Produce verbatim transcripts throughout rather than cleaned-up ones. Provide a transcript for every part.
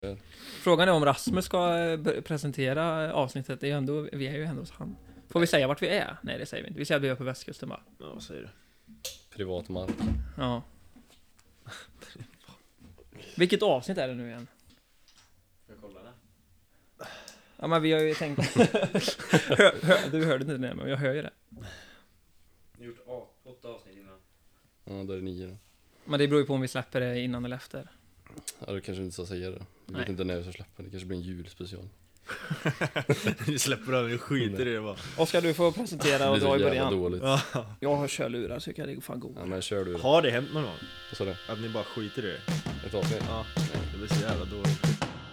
Frågan är om Rasmus ska presentera avsnittet. Det är ju ändå, vi är ju ändå hos han. Får vi säga vart vi är? Nej, det säger vi inte. Vi säger att vi är på västkusten, va? Ja, vad säger du? Privat mark. Ja. Vilket avsnitt är det nu igen? Får jag kolla det? Ja, men vi har ju tänkt... hör, hör, du hörde inte det, men jag hör ju det. Ni har gjort a- åtta avsnitt innan. Ja, då är det nio då. Men det beror ju på om vi släpper det innan eller efter. Ja, du kanske inte ska säga det. Jag vet Nej. inte när vi ska släppa. Det kanske blir en julspecial. Ni släpper aldrig skiter i det bara. Oskar, du får presentera och Det dra är i så jävla början. dåligt. Ja. Jag har körlurar så jag kan det gå fan god. Ja, men kör du då. Har det hänt någon gång? Vad sa du? Att ni bara skiter i det? Ett avsnitt? Ja, det blir så jävla dåligt.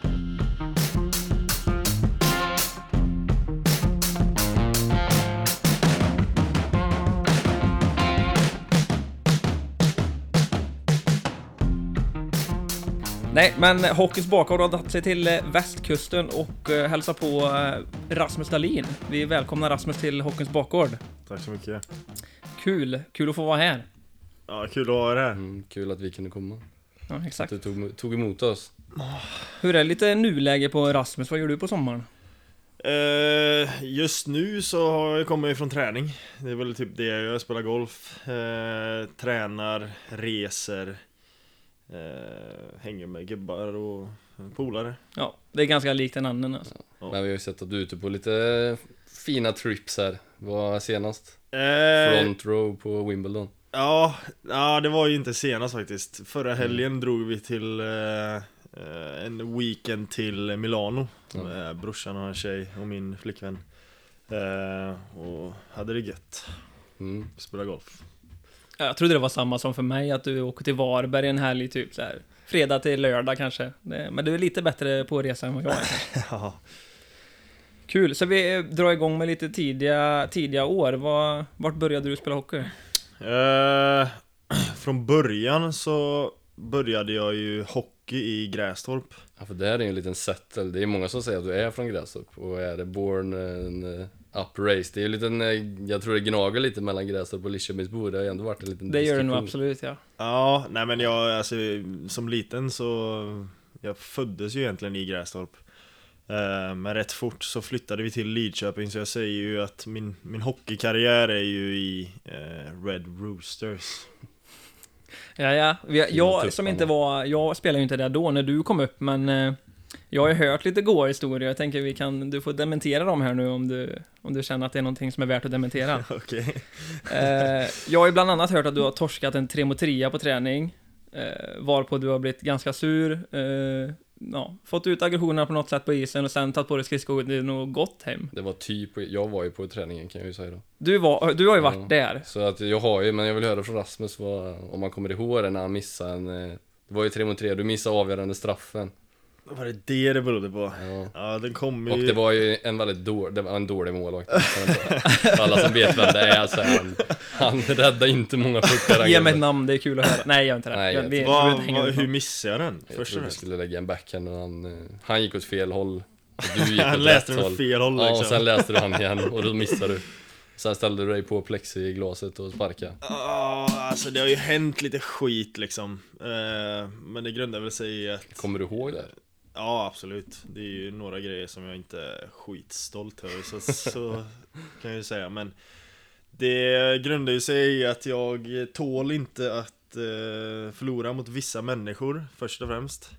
Nej, men Hockeyns bakgård har tagit sig till eh, västkusten och eh, hälsar på eh, Rasmus Dahlin. Vi välkomnar Rasmus till Hockeyns bakgård. Tack så mycket. Kul, kul att få vara här. Ja, kul att ha er här. Mm, kul att vi kunde komma. Ja, Att exakt. du tog, tog emot oss. Hur är lite nuläge på Rasmus? Vad gör du på sommaren? Eh, just nu så har jag kommit ifrån träning. Det är väl typ det jag gör, jag spelar golf, eh, tränar, reser, eh, hänger med gubbar och polare. Ja, det är ganska likt en annan alltså. Ja. Men vi har ju sett att du är ute på lite fina trips här. Vad var senast? Eh, Front row på Wimbledon. ja, ja, det var ju inte senast faktiskt. Förra helgen mm. drog vi till eh, eh, en weekend till Milano Ja. med brorsan och en tjej och min flickvän. Eh, och hade det gött. Mm. Spela golf. Ja, jag trodde det var samma som för mig, att du åker till Varberg en helg typ så här. Fredag till lördag kanske. Det, men du är lite bättre på att resa än vad jag är. Ja. Kul, så vi drar igång med lite tidiga, tidiga år. Var, vart började du spela hockey? Eh, från början så började jag ju hockey i Grästorp. Ja, för det här är ju en liten settle. Det är många som säger att du är från Grästorp. Och är det born en up race. Det är ju en liten, jag tror det gnager lite mellan Grästorp och Lidköpingsbo. Det har ju ändå varit en liten Det gör det nog diskussion. absolut, ja. Ja, nej men jag, alltså som liten så, jag föddes ju egentligen i Grästorp. Eh, men rätt fort så flyttade vi till Lidköping, så jag säger ju att min, min hockeykarriär är ju i eh, Red Roosters. Ja, ja. Vi, jag som inte var, jag spelade ju inte där då när du kom upp, men eh, jag har ju hört lite goa historier. Jag tänker vi kan, du får dementera dem här nu om du, om du känner att det är någonting som är värt att dementera. Okej. eh, jag har ju bland annat hört att du har torskat en tre mot tre på träning, eh, varpå du har blivit ganska sur, eh, ja, fått ut aggressionerna på något sätt på isen och sen tagit på dig skridskor och gått hem. Det var typ, jag var ju på träningen kan jag ju säga då. Du, var, du har ju varit Ja. där. Så att jag har ju, men jag vill höra från Rasmus vad, om man kommer ihåg det när han missade en, eh, det var ju tre mot tre, du missade avgörande straffen. Var det det det berodde på? Ja. Ja, den kom ju... Och det var ju en väldigt dålig, det var en dålig målvakt. För alla som vet vem det är så han, han räddade inte många puckar. Ge mig ett namn, det är kul att höra. Nej, jag gör inte det. Nej, jag, jag vi, Va, vi inte hänga va, ut hur någon. missade jag den? Jag Först och trodde du främst. skulle lägga en backhand och han, eh, han gick åt fel håll. Och du gick Han åt läste rätt den håll. åt fel håll Ja, liksom. och sen läste du han igen och då missade du. Sen ställde du dig på plexiglaset och sparkade. Ja, alltså det har ju hänt lite skit liksom. eh, Men det grundar väl sig i att... Kommer du ihåg det? Ja, absolut. Det är ju några grejer som jag inte är skitstolt över, så, så kan jag ju säga. Men det grundar ju sig i att jag tål inte att eh, förlora mot vissa människor, först och främst.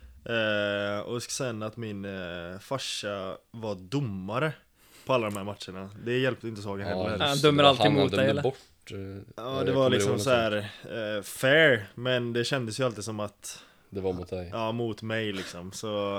Eh, och sen att min eh, farsa var domare på alla de här matcherna. Det hjälpte inte saken heller. Han just dömer det. alltid Han mot dömde dig, eller? bort, eh, Ja, jag det var kommer liksom ihåg så något här eh, fair, men det kändes ju alltid som att Det var mot dig. ja, mot mig liksom. Så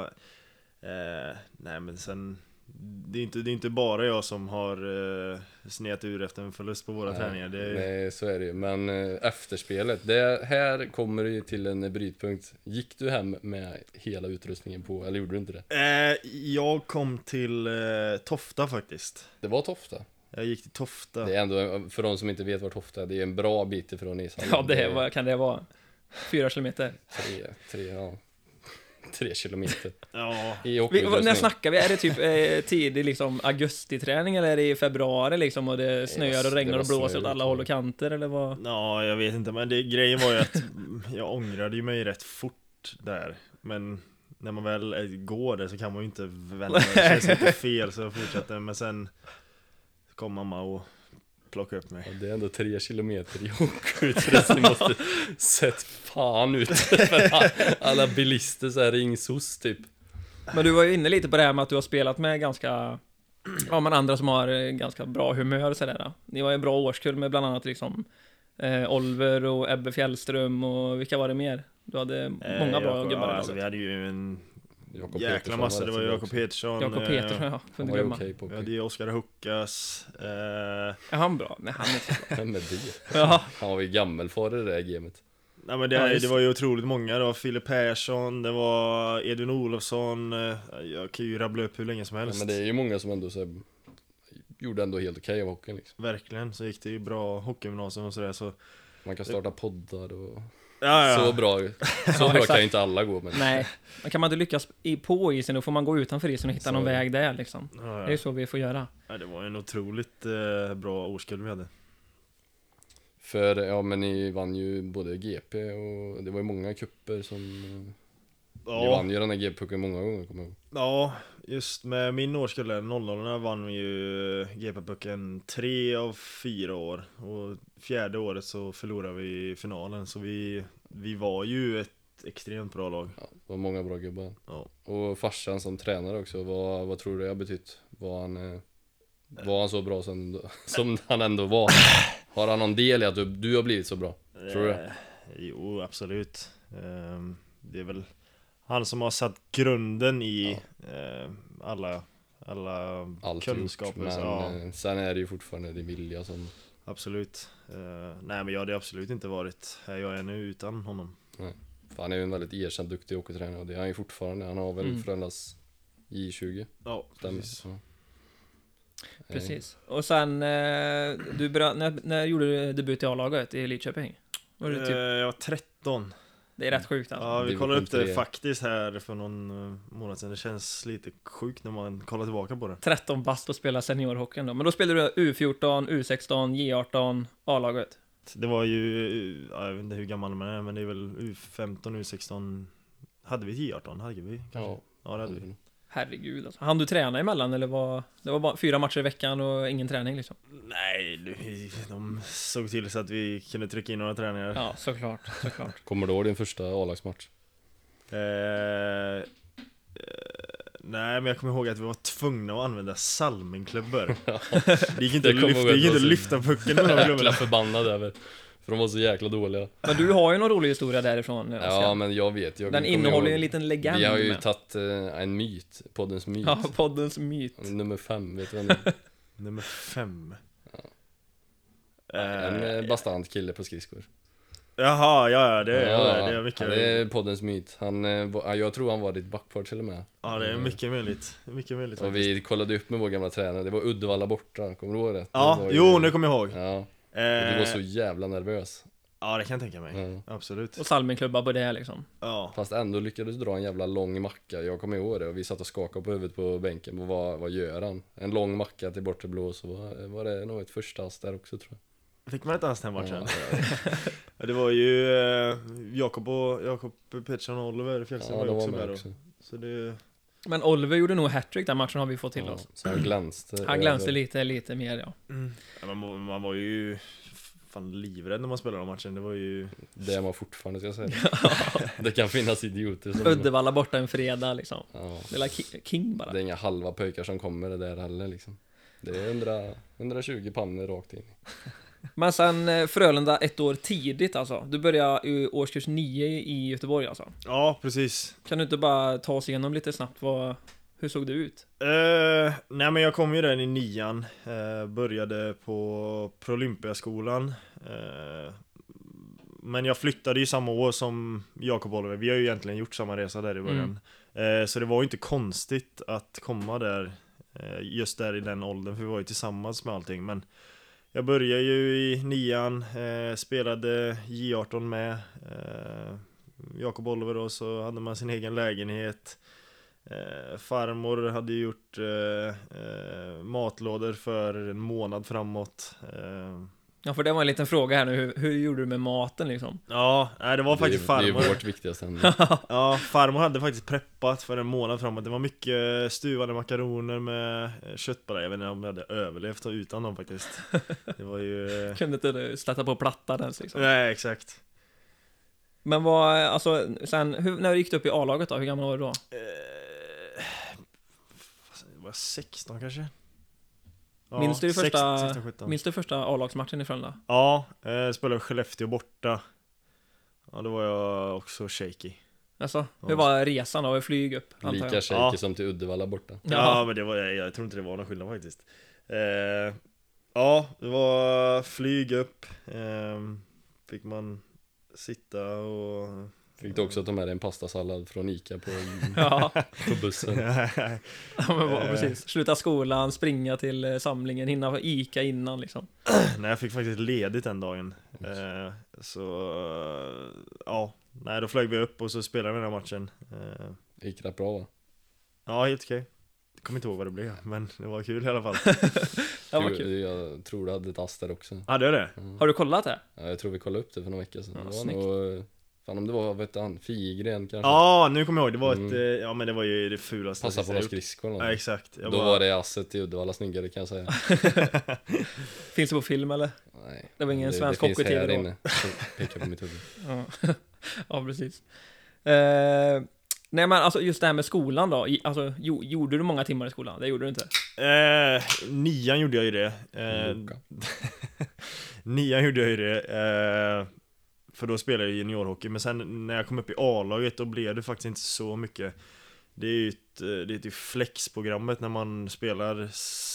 eh, nej, men sen det är inte det är inte bara jag som har eh, sneat ur efter en förlust på våra Nej, träningar. Det är, Nej, så är det ju. Men eh, efterspelet, det här kommer ju till en brytpunkt. Gick du hem med hela utrustningen på, eller gjorde du inte det? eh, jag kom till eh, Tofta faktiskt. Det var Tofta. Jag gick till Tofta. Det är ändå, för de som inte vet var Tofta är, det är en bra bit ifrån ishallen. Ja, det är, vad kan det vara? Fyra kilometer. Tre, tre, ja. Tre kilometer. Ja. I Vi, hockeyutrustning. när snackar vi? Är det typ eh, tidig liksom augusti-träning eller är det i februari liksom och det snöar och regnar det och var blåser åt snö, alla håll och kanter eller vad? Ja, jag vet inte, men det, grejen var ju att jag ångrade ju mig rätt fort där. Men när man väl går där så kan man ju inte vända. Det känns lite fel, så jag fortsatte. Men sen kom mamma och plockade upp mig. Ja, det är ändå tre kilometer i Hockeyt. Ni måste sett fan ut för alla bilister så här ringsos typ. Men du var ju inne lite på det här med att du har spelat med ganska, ja men andra som har ganska bra humör och sådär. Ni var ju en bra årskull med bland annat liksom eh, Oliver och Ebbe Fjällström och vilka var det mer? Du hade många eh, bra Jakob, gubbar. ja, alltså, vi hade ju en Jakob jäkla Petersson massa, var det rätt var ju så bra Jakob också. Petersson. Jakob eh, Petersson, ja, Han kunde var ju glömma. okej på Vi hockey. hade ju Oskar Huckas. Eh, Är han bra? Nej, han är inte så bra. Vem är det? Ja, Han var ju gammelfar i det där gamet. nej, men det, Ja, just det var ju otroligt många. Det var Filip Persson, det var Edvin Olofsson. eh, Jag kan ju rabbla upp hur länge som Ja, helst. men det är ju många som ändå så här, gjorde ändå helt okej av hockeyn liksom. Verkligen, så gick det ju bra hockeygymnasium och sådär, så Man kan starta poddar och... ja, ja. Så bra, så Ja, bra exakt. kan ju inte alla gå, men... nej. Men kan man inte lyckas i, på isen, då får man gå utanför isen och hitta Så- någon väg där liksom. Ja, Det är ja. ju så vi får göra. Ja, det var en otroligt eh, bra årskull vi hade. För, ja men ni vann ju både G P och det var ju många kupper som... Ni Ja, vann ju den här G P-pucken många gånger, kommer jag ihåg. ja, just med min årskull där, noll noll vann vi ju G P-pucken tre av fyra år. Och fjärde året så förlorade vi finalen, så vi, vi var ju ett extremt bra lag. Ja, det var många bra gubbar. Ja. Och farsan som tränare också, vad, vad tror du det har betytt? Var han, eh, var han så bra som, som han ändå var? Har han någon del i att du, du har blivit så bra? Tror du det? Eh, Jo, absolut. Ehm, Det är väl han som har satt grunden i eh, alla, alla Allt kunskaper. gjort, så, men ja, eh, sen är det ju fortfarande din vilja som... absolut. Eh, nej, men jag hade absolut inte varit här jag är nu utan honom. För han är ju en väldigt erkänd duktig hockeytränare och det är han ju fortfarande. Han har väl Mm. Frölundas J tjugo, Ja, stämmer. precis. Ja. Precis. Och sen, eh, du började, när, när gjorde du debut i A-laget i Lidköping? Var det, Eh, typ, jag var tretton. det är rätt sjukt alltså. Ja, vi Division kollade upp det tre. faktiskt här för någon eh, månad sedan. Det känns lite sjukt när man kollar tillbaka på det. tretton bast och spela seniorhockeyn då. Men då spelade du U fjorton, U sexton, J arton, A-laget. Det var ju, ja, jag vet inte hur gammal man är, men det är väl U femton, U sexton. Hade vi J arton? Hade vi kanske? Ja, Ja, det hade vi. Herregud alltså. Han du träna emellan eller var det var bara fyra matcher i veckan och ingen träning liksom? Nej, du- de såg till så att vi kunde trycka in några träningar. Ja, såklart, såklart. Kommer du ihåg din första A-lagsmatch? Eh, eh, nej, men jag kommer ihåg att vi var tvungna att använda Salmingklubbor. Det gick inte, Jag att, kommer lyfta, ihåg det att gick det inte var att så lyfta pucken med de Jäkla klubborna. förbannad över. För de var så jäkla dåliga. Men du har ju någon rolig historia därifrån, Oskar. Ja, men jag vet. Jag Den kommer innehåller ihåg- ju en liten legend Vi har ju med. tagit eh, en myt, poddens myt. Ja, poddens myt. Nummer fem, vet du vem det är? Nummer fem. En Eh, eh, bastant kille på skridskor. Jaha, ja, ja, det är, ja, det är mycket. han är poddens myt. Han, eh, var- jag tror han var ditt backpar till och med. Ja, det är mycket möjligt. Mycket möjligt Och faktiskt. vi kollade upp med vår gamla tränare. Det var Uddevalla borta, kommer du ihåg det? Ja, Det var ju- jo, nu kommer jag ihåg. Ja, och Eh, du var så jävla nervös. Ja, det kan jag tänka mig. Ja. Absolut. Och Salmingklubba på det liksom. Ja. Fast ändå lyckades du dra en jävla lång macka. Jag kommer ihåg det och vi satt och skakade på huvudet på bänken. Och vad, vad gör han? En lång macka till bortre blå, så var, var det nog ett första ass där också, tror jag. Fick man inte alls den matchen? Ja, Ja, det var ju eh, Jakob och Jakob Pettersson och Oliver Fjällström ja, var de ju var också med med då. också. Så det... Men Oliver gjorde nog hattrick den matchen har vi fått till Ja, oss. så han glänste. Han glänste över- lite, lite mer ja. Ja, man, var- man var ju fan livrädd när man spelade den matchen. Det var ju... Det är man fortfarande, ska jag säga. Det kan finnas idioter som... Uddevalla borta en fredag liksom. Ja. Det är la ki- king bara. Det är inga halva pojkar som kommer det där heller liksom. Det är hundra, hundratjugo pannor rakt in. Men sen eh, Frölunda ett år tidigt alltså. Du började i årskurs nio i Göteborg alltså. Ja, precis. Kan du inte bara ta oss igenom lite snabbt vad, hur såg det ut? Eh, nej, men jag kom ju där i nian. Eh, började på Prolympiaskolan. Eh, men jag flyttade ju samma år som Jakob Oliver. Vi har ju egentligen gjort samma resa där i början. Eh, så det var ju inte konstigt att komma där eh, just där i den åldern, för vi var ju tillsammans med allting. Men jag började ju i nian, eh, spelade J arton med eh, Jakob Oliver då, så hade man sin egen lägenhet. Eh, farmor hade gjort eh, eh, matlådor för en månad framåt. Eh, Ja, för det var en liten fråga här nu. Hur, hur gjorde du med maten liksom? Ja, nej, det var faktiskt det, är- farmor. Det är vårt viktigaste ämne. Ja, farmor hade faktiskt preppat för en månad framåt. Det var mycket stuvade makaroner med köttbullar. Jag vet inte om jag hade överlevt utan dem faktiskt. Det var ju... Kunde inte stöta på plattan ens liksom. Nej, exakt. Men vad, alltså, sen, hur, när du gick upp i A-laget då? Hur gammal var du då? Eh, var jag sexton kanske? Ja, minns du sex- första, sexton, sjutton. minns du första A-lagsmatchen i Frölunda? Ja, eh, spelade Skellefteå borta. Ja, då var jag också shaky. Alltså, Ja. hur var resan då? Flyg upp, antar Lika jag. shaky Ja. som till Uddevalla borta. Ja, Ja. men det var, jag, jag tror inte det var någon skillnad faktiskt. Eh, ja, det var flyg upp. Eh, fick man sitta och... Fick du också ta med dig en pastasallad från Ica på, Ja, på bussen? ja men vad, Eh. precis. Sluta skolan, springa till eh, samlingen, hinna på Ica innan liksom. Nej, jag fick faktiskt ledigt den dagen. Eh, så, eh, ja. Nej, då flög vi upp och så spelade vi den här matchen. Eh, Gick rätt bra va? ja, helt okej. Jag kommer inte ihåg vad det blev, men det var kul i alla fall. Det var Du- kul. Jag tror du hade ett ass där också. Ja, det är det. Mm. Har du kollat det? Ja, jag tror vi kollade upp det för några veckor sedan. Ja, det var snyggt. nog, fan om det var, vet du han, Figren kanske? Ja, nu kommer jag ihåg. Det var ett, Mm. eh, ja men det var ju det fulaste Passa på jag några gjort. skridskor eller Ja, något. exakt. Jag Då bara- var det asset i Uddevalla snyggare kan jag säga. Finns det på film eller? Nej. Det var ingen det, svensk det finns hockey-tv här då. inne. som pekar på mitt huvud. Ja, ja precis. Eh, nej men alltså just det här med skolan då. I- Alltså, jo, gjorde du många timmar i skolan? Det gjorde du inte. Eh, nian gjorde jag ju det. Eh, Boka. nian gjorde jag ju det. Eh, för då spelade jag juniorhockey. Men sen när jag kom upp i A-laget då blev det faktiskt inte så mycket. Det är ju ett, eh, det är ju flexprogrammet när man spelar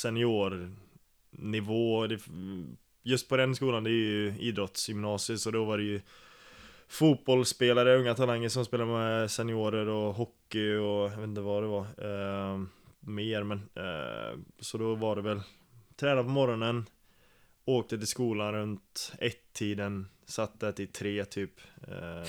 seniornivå. Det, just på den skolan, det är ju idrottsgymnasiet. Så då var det ju fotbollsspelare, unga talanger som spelar med seniorer och hockey och jag vet inte vad det var. Eh, mer men eh, så då var det väl träna på morgonen, åkte till skolan runt ett-tiden, satt där till tre typ eh,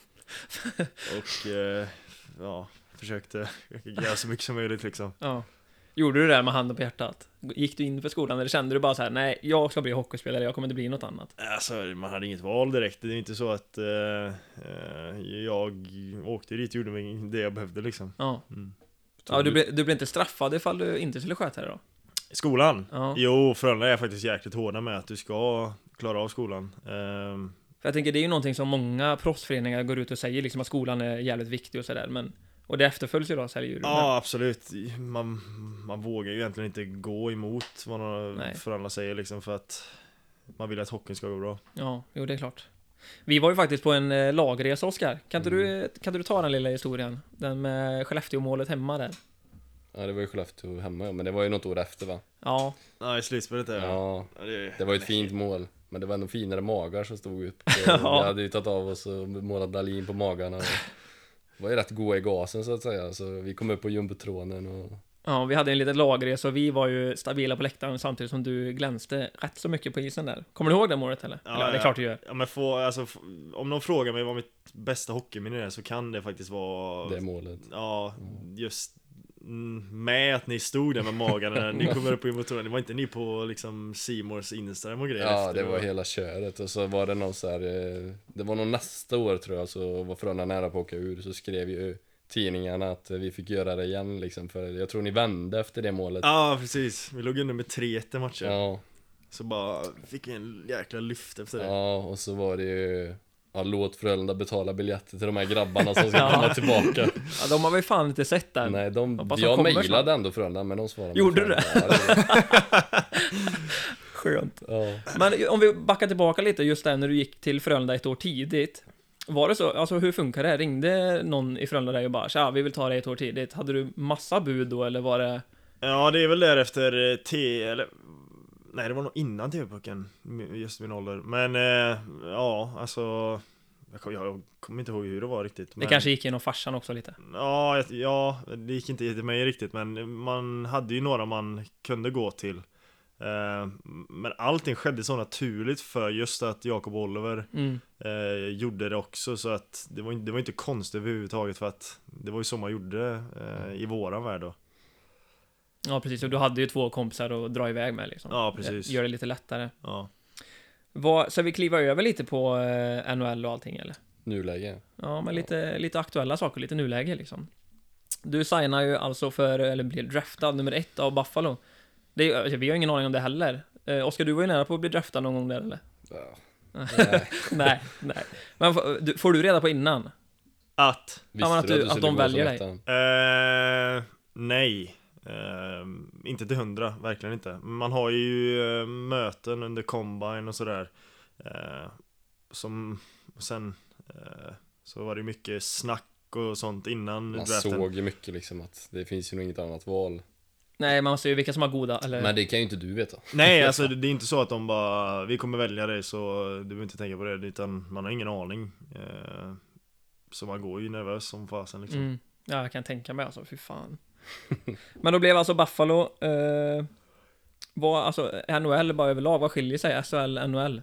och eh, ja, försökte göra så mycket som möjligt liksom. Ja. Gjorde du det där med handen på hjärtat? Gick du in för skolan eller kände du bara så här: nej, jag ska bli hockeyspelare, jag kommer inte bli något annat? Alltså man hade inget val direkt. Det är inte så att eh, eh, jag åkte dit och gjorde mig det jag behövde liksom. Ja. Mm. Ja, du, blev, du blev inte straffad ifall du inte skulle sköta det då? Skolan? Ja. Jo, Frölunda är faktiskt jäkligt hårda med att du ska klara av skolan. Ehm, För jag tänker, det är ju någonting som många proffsföreningar går ut och säger, liksom att skolan är jävligt viktig och sådär, men... Och det efterföljs ju då, säger ju du. ja, absolut. Man, man vågar ju egentligen inte gå emot vad några Nej. Frölunda säger liksom för att man vill att hockeyn ska gå bra. Ja, jo det är klart. Vi var ju faktiskt på en eh, lagresa, Oskar. Kan inte Mm. du, kan inte du ta den lilla historien? Den med Skellefteå-målet hemma där. Ja det var ju Skellefteå hemma ja, men det var ju något år efter va? Ja, Ja, i slutspelet är det. Ja, Ja, det, det var ju ett fint mål. Men det var ändå finare magar som stod upp. Ja. Vi hade ju tagit av oss och målat Dahlin på magarna. Och det var ju rätt goa i gasen så att säga. Så vi kom upp på jumbotronen och... ja, vi hade en liten lagresa och vi var ju stabila på läktaren samtidigt som du glänste rätt så mycket på isen där. Kommer du ihåg det målet eller? Ja, eller, ja, det är ja. klart du gör. Ja, men få, alltså, f- om någon frågar mig vad mitt bästa hockeyminne är så kan det faktiskt vara Det målet. ja, just mm, med att ni stod där med magen när ni kommer upp på motorn. Det var inte ni på liksom Seymours Instagram och grejer Ja, efter, det var hela köret. Och så var det någon så här, eh, det var nog nästa år tror jag, så var Frölunda nära på att åka ur. Så skrev ju tidningarna att vi fick göra det igen liksom. För jag tror ni vände efter det målet. Ja, precis. Vi låg under med tre ett i matchen. Ja, Så bara fick vi en jäkla lyft efter det. ja, och så var det ju... Ja, låt Frölunda betala biljetter till de här grabbarna som ska Ja. komma tillbaka. Ja, de har vi fan inte sett där. Nej, de, Hoppas de jag kommer mejlade snart. ändå Frölunda, men de svarade. Gjorde du det? Ja, det? Skönt. Ja. Men om vi backar tillbaka lite just där när du gick till Frölunda ett år tidigt. Var det så? Alltså hur funkar det? Ringde någon i Frölunda dig och bara tja, vi vill ta dig ett år tidigt. Hade du massa bud då eller var det... Ja, det är väl därefter eh, T... Eller... Nej, det var nog innan T V-pucken. Just min ålder. Men eh, ja, alltså... Jag kommer, jag kommer inte ihåg hur det var riktigt. Det Men... kanske gick genom farsan också lite. Ja, jag- ja, det gick inte till mig riktigt. Men man hade ju några man kunde gå till. Eh, men allting skedde så naturligt för just att Jakob Oliver Mm. eh, gjorde det också. Så att det var, det var inte konstigt överhuvudtaget. För att det var ju så man gjorde eh, i våran värld då. Ja, precis. Och du hade ju två kompisar att dra iväg med liksom. Ja, precis. Det gör det lite lättare. Ja. Vad, så vi kliva över lite på eh, N H L och allting, eller? Nuläge. Ja, men lite, lite aktuella saker, lite nuläge liksom. Du signar ju alltså för, eller blir draftad nummer ett av Buffalo. Det är, alltså, vi har ingen aning om det heller. Eh, Oskar, du var ju nära på att bli draftad någon gång där, eller? Ja. nej. nej, nej. Men får du, får du reda på innan? Att? Visste men att du du- att, du att skulle de gå väljer som dig? ettan? Eh, nej. Eh, inte till hundra, verkligen inte. Man har ju eh, möten under combine och sådär. Eh, som sen eh, så var det mycket snack och sånt innan Man draften. såg ju mycket liksom att det finns ju nog inget annat val. Nej, man ser ju vilka som har goda, eller? Men det kan ju inte du veta. Nej, alltså det är inte så att de bara vi kommer välja dig så du behöver inte tänka på det, utan man har ingen aning. Eh, så man går ju nervös som fasen liksom. Mm. Ja, jag kan tänka mig alltså, fy fan. Men då blev alltså Buffalo eh, vad, alltså N H L bara överlag, vad skiljer sig S H L, N H L?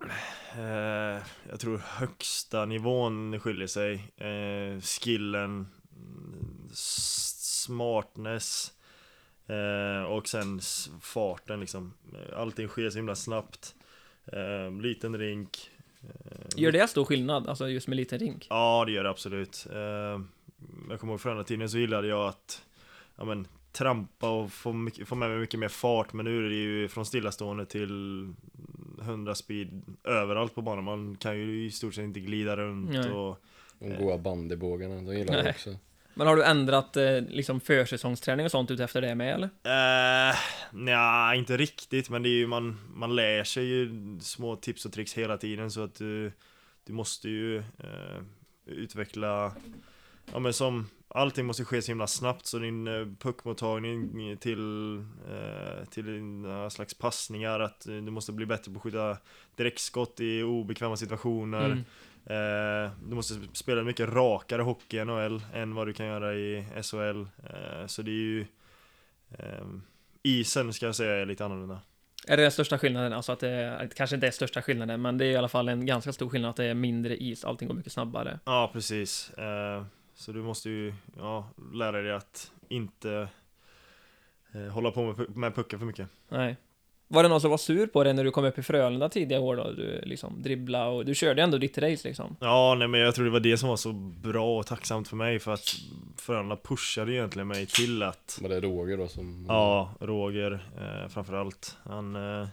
Eh, jag tror högsta nivån skiljer sig. Eh, skillen, mm, s- smartness eh, och sen s- farten liksom. Allting sker så himla snabbt. Eh, liten rink. Eh, Gör det stor skillnad, alltså just med liten rink? Ja, det gör det absolut. Eh, jag kommer ihåg för andra tiden så gillade jag att ja, men, trampa och få, mycket, få med mig mycket mer fart. Men nu är det ju från stillastående till hundra speed överallt på banan. Man kan ju i stort sett inte glida runt. Nej. Och, De goa bandybågarna, de gillar Nej. det också. Men har du ändrat eh, liksom försäsongsträning och sånt ut efter det med, eller? eh, nja, inte riktigt. Men det är ju, man, man lär sig ju små tips och tricks hela tiden. Så att du, du måste ju eh, utveckla. Ja, men som allting måste ske så himla snabbt, så din eh, puckmottagning till eh, till dina slags passningar, att eh, du måste bli bättre på att skjuta direktskott i obekväma situationer. Mm. Eh, du måste spela mycket rakare hockey i N H L än vad du kan göra i S H L. Eh, så det är ju eh, isen ska jag säga är lite annorlunda. Är det den största skillnaden? Alltså att det, är, det kanske inte är största skillnaden, men det är i alla fall en ganska stor skillnad att det är mindre is, allting går mycket snabbare. Ja, precis. Eh, så du måste ju ja, lära dig att inte eh, hålla på med, pu- med pucken för mycket. Nej. Var det någon som var sur på dig när du kom upp i Frölunda tidiga år då? Du liksom dribbla och du körde ändå ditt race liksom. Ja, nej, men jag tror det var det som var så bra och tacksamt för mig, för att föräldrarna pushade egentligen mig till att Var det Roger då som... ja, Roger eh, framförallt. Han eh,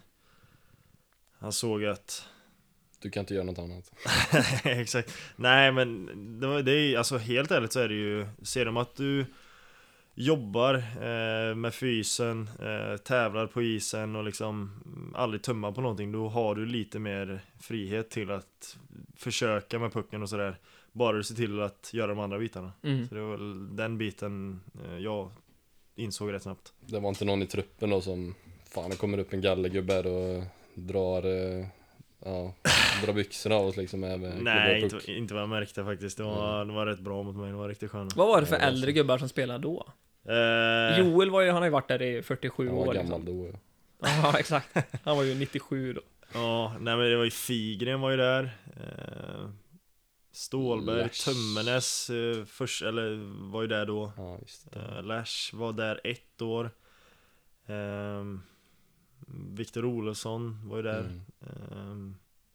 han såg att Du kan inte göra något annat. exakt. Nej, men det, var, det är alltså helt ärligt så är det ju, ser de att du jobbar eh, med fysen, eh, tävlar på isen och liksom aldrig tummar på någonting, då har du lite mer frihet till att försöka med pucken och sådär. Bara du ser till att göra de andra bitarna. Mm. Så det var väl den biten eh, jag insåg rätt snabbt. Det var inte någon i truppen då som... Fan, det kommer upp en gallegubbe här och drar... eh, Ja, drar byxorna av oss liksom med, med Nej, klubba och puck. inte, inte vad jag märkte faktiskt. Det var, det var rätt bra mot mig, det var riktigt skönt. Vad var det för Ja, det var äldre så. gubbar som spelade då? Eh, Joel var ju, han har ju varit där i fyrtiosju Han var år gammal liksom. då, ja. Ja, exakt. Han var ju nittiosju då. Ja, nej men det var ju Figren var ju där. Eh, Stålberg, Lash. Tömmernes eh, först, eller var ju där då. Ja, just det. Eh, Lash var där ett år. Eh, Viktor Olofsson var ju där. Mm. Eh,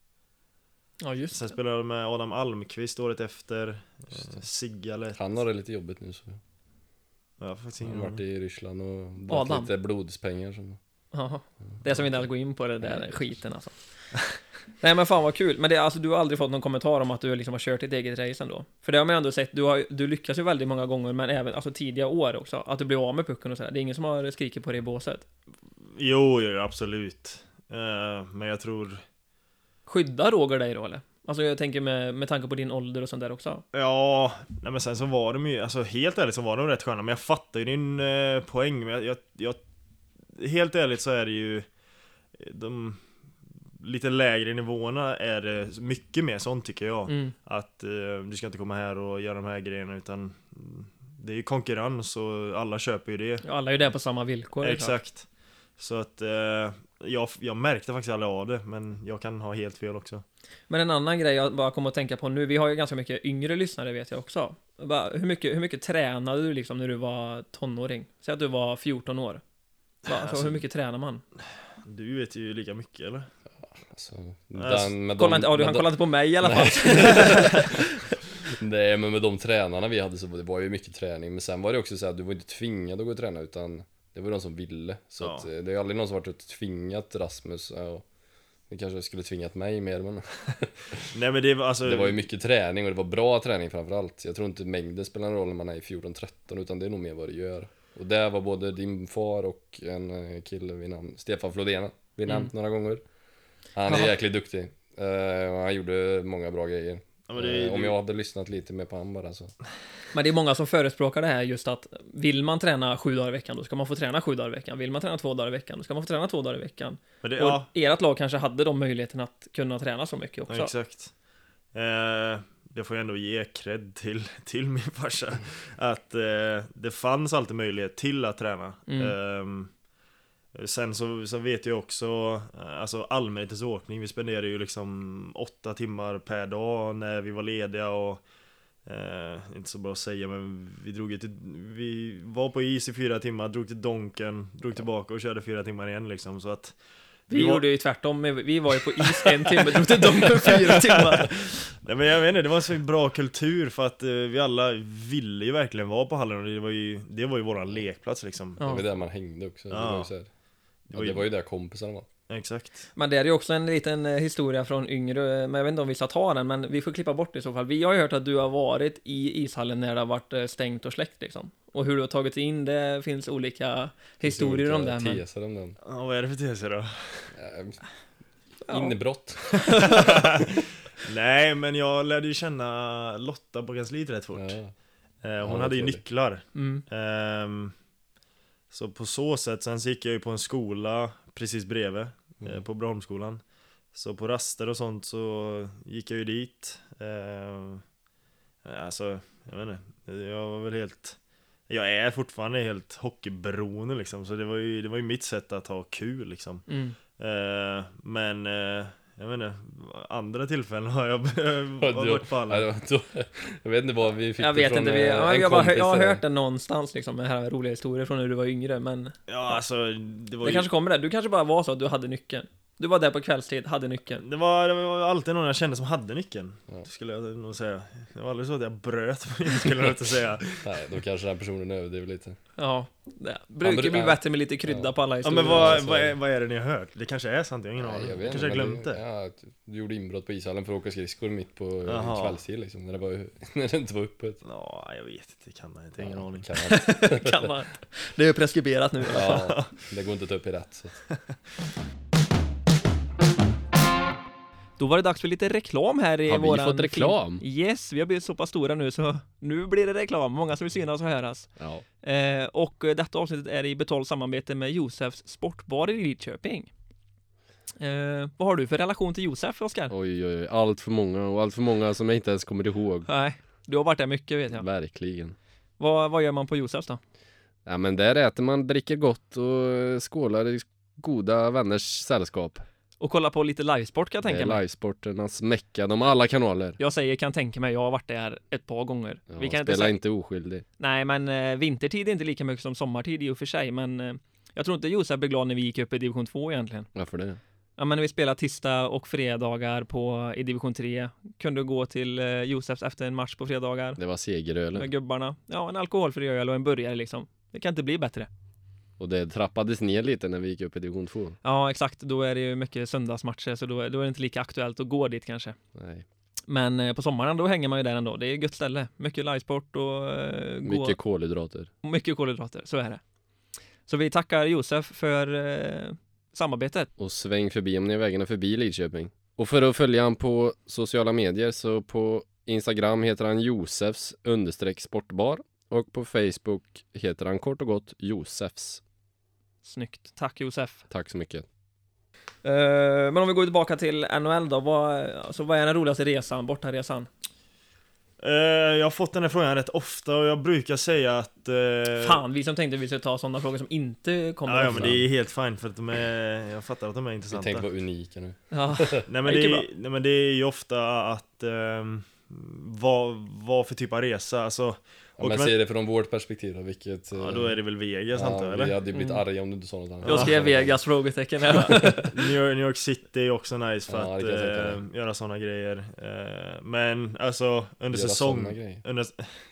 Ja, just sen det. spelade jag med Adam Almqvist året efter. Just Eh, det. Sigga lätt. Han har det lite jobbigt nu så. Jag har faktiskt Han ingen har varit aning. i Ryssland och dragit Adam. lite blodspengar som... Ja, det som vi inte alls går in på det där skiten alltså. Nej men fan vad kul. Men det, alltså, du har aldrig fått någon kommentar om att du liksom har kört ditt eget race ändå? För det har man ändå sett, du, har, du lyckas ju väldigt många gånger, men även alltså, tidiga år också. Att du blir av med pucken och sådär. Det är ingen som har skrikit på det i båset. Jo, jo, absolut. Eh, men jag tror... Skydda Roger dig då eller? Alltså jag tänker med, med tanke på din ålder och sånt där också. Ja, nej men sen så var de ju, alltså helt ärligt så var de rätt sköna, men jag fattar ju din eh, poäng, men jag, jag, jag helt ärligt så är det ju de lite lägre nivåerna är det mycket mer sånt tycker jag. Mm. Att eh, du ska inte komma här och göra de här grejerna, utan mm, det är ju konkurrens och alla köper ju det. Alla är ju där på samma villkor. Exakt. Så att eh, jag, jag märkte faktiskt aldrig av det, men jag kan ha helt fel också. Men en annan grej jag bara kommer att tänka på nu, vi har ju ganska mycket yngre lyssnare vet jag också. Bara, hur, mycket, hur mycket tränade du liksom när du var tonåring? Säg att du var fjorton år. Bara, alltså, Alltså- hur mycket tränar man? Du vet ju lika mycket eller? Alltså, Alltså, den, med Kolla de, inte, ja, du, med han de- kollade inte på mig i alla fall. Nej, men med de tränarna vi hade så det var ju mycket träning. Men sen var det också så att du var inte tvingad att gå och träna, utan det var de som ville. Så Ja. att, eh, det är aldrig någon som varit och tvingat Rasmus. Ja, det kanske skulle tvingat mig mer, men Nej men det var alltså... det var ju mycket träning och det var bra träning framförallt. Jag tror inte mängden spelar någon roll när man är i fjorton tretton, utan det är nog mer vad du gör. Och där var både din far och en eh, kille vid namn Stefan Flodena vi nämnt Mm. några gånger. Han är Jaha. jäkligt duktig. Eh, och han gjorde många bra grejer. Ja, men det, Eh, Om det, jag hade lyssnat lite mer på han bara så. Men det är många som förespråkar det här just att vill man träna sju dagar i veckan, då ska man få träna sju dagar i veckan. Vill man träna två dagar i veckan, då ska man få träna två dagar i veckan. men det, Och ja, ert lag kanske hade de möjligheten att kunna träna så mycket också. ja, exakt. Eh, det får jag ändå ge cred till, till min farsa. Att eh, det fanns alltid möjlighet till att träna. Mm. Ehm, sen så, så vet jag också, eh, alltså allmänhetens åkning, vi spenderade ju liksom åtta timmar per dag när vi var lediga och eh, inte så bra att säga, men vi drog ju till, vi var på is i fyra timmar, drog till Donken, drog tillbaka och körde fyra timmar igen liksom, så att Vi var- gjorde ju tvärtom, vi var ju på is en timme, drog till dem för fyra timmar. Nej, men jag vet inte, det var en så bra kultur för att eh, vi alla ville ju verkligen vara på hallen och det var ju, det var ju våran lekplats liksom. Ja. Det var där man hängde också. Det Ja. var ju så här. Ja, var ju- det var ju där kompisarna var. Exakt. Men det är ju också en liten eh, historia från yngre, men jag vet inte om vi ska ta den, men vi får klippa bort det i så fall. Vi har ju hört att du har varit i ishallen när det har varit eh, stängt och släckt liksom. Och hur du har tagit in det finns olika historier om det. Men... Teser om den. Ja, vad är det för teser då? Eh, Ja. Innebrott. Nej, men jag lärde ju känna Lotta på kansliet rätt fort. Ja. Eh, hon Ja, hade ju trevligt. nycklar. Mm. Ehm, så på så sätt, sen så gick jag ju på en skola precis bredvid, eh, Mm. på Broholmsskolan. Så på raster och sånt så gick jag ju dit. Ehm, alltså, jag vet inte, jag var väl helt... Jag är fortfarande helt hockeyberoende liksom, så det var ju, det var ju mitt sätt att ha kul liksom. Mm. Eh, men eh, jag vet inte, andra tillfällen har jag Ja, har då- varit på alla. Ja, då, jag vet inte vad vi fick Jag det vet från inte, vi, eh, ja, en jag, bara, hö- kompis jag har där. hört det någonstans liksom, med här roliga historier från när du var yngre, men Ja, alltså det var det ju, kanske kommer där. Du kanske bara var så att du hade nyckeln. Du var där på kvällstid, hade nyckeln. det var, det var alltid någon jag kände som hade nyckeln, Ja. skulle jag nog säga. Det var aldrig så att jag bröt mig, skulle jag inte säga. Nej, då kanske den personen överdriver lite. Ja, det brukar bru- bli ja. bättre med lite krydda Ja. på alla Ja, historier. men vad, alltså. vad, är, vad är det ni har hört? Det kanske är sant, jag har ingen Nej, aning. jag Jag vet kanske har inte, glömt men det. Ja, att du gjorde inbrott på ishallen för att åka skridskor mitt på eh, Jaha. kvällstid liksom, när det, var, när det inte var öppet. Ja, jag vet inte, kan man inte, ingen Ja, aning. kan man. Kan man. Det är ju preskriberat nu. Ja, det går inte att ta upp i rätt. Så. Då var det dags för lite reklam här i Har vi våran fått reklam? film. Yes, vi har blivit så pass stora nu så nu blir det reklam. Många som vill synas och höras. Ja. Eh, och eh, detta avsnittet är i betalt samarbete med Josefs Sportbar i Lidköping. Eh, vad har du för relation till Josef, Oskar? Oj, oj, oj, allt för många och allt för många som jag inte ens kommer ihåg. Nej, du har varit där mycket vet jag. Verkligen. Vad, vad gör man på Josefs då? Ja, men där äter man, dricker gott och skålar i goda vänners sällskap. Och kolla på lite livesport kan jag Det tänka är mig. livesporternas mecka, de har alla kanaler. Jag säger kan tänka mig, jag har varit där ett par gånger. Ja, Vi kan inte spela säga... inte oskyldig. Nej, men eh, vintertid är inte lika mycket som sommartid i och för sig, men eh, jag tror inte Josef blev glad när vi gick upp i division två egentligen. Varför det? Ja, men vi spelade tisdag och fredagar på, i division tre. Kunde gå till eh, Josefs efter en match på fredagar Det var segerölen. med gubbarna. Ja, en alkoholfri öl och en burgare liksom. Det kan inte bli bättre. Och det trappades ner lite när vi gick upp i division två. Ja, exakt. Då är det ju mycket söndagsmatcher, så då, då är det inte lika aktuellt att gå dit kanske. Nej. Men eh, på sommaren då hänger man ju där ändå. Det är ett gött ställe. Mycket livesport och eh, gå... Mycket kolhydrater. mycket kolhydrater, så är det. Så vi tackar Josef för eh, samarbetet. Och sväng förbi om ni är vägarna förbi Lidköping. Och för att följa han på sociala medier så på Instagram heter han Josefs understreck sportbar. Och på Facebook heter han kort och gott Josefs. Snyggt. Tack Josef. Tack så mycket. Eh, men om vi går tillbaka till N H L då. Vad, alltså, vad är den roligaste resan, bortaresan? Eh, jag har fått den här frågan rätt ofta och jag brukar säga att... eh, Fan, vi som tänkte vi skulle ta sådana frågor som inte kommer Ja, ja, ofta. men det är helt fine för att de är... Jag fattar att de är Vi intressanta. tänkte vara unika nu. Ja. Nej men, Det det gick ju är, nej men det är ju ofta att ehm, vad, vad för typ av resa, alltså Ja, men ser det från vårt perspektiv då, vilket... Ja, då är det väl Vegas ja, antar jag, eller? Vi hade blivit mm. arga om du inte sa något annat. Jag skrev Vegas frågetecken här. New York, New York City är också nice för ja, att äh, göra sådana grejer. Äh, men alltså under göra säsong... Under,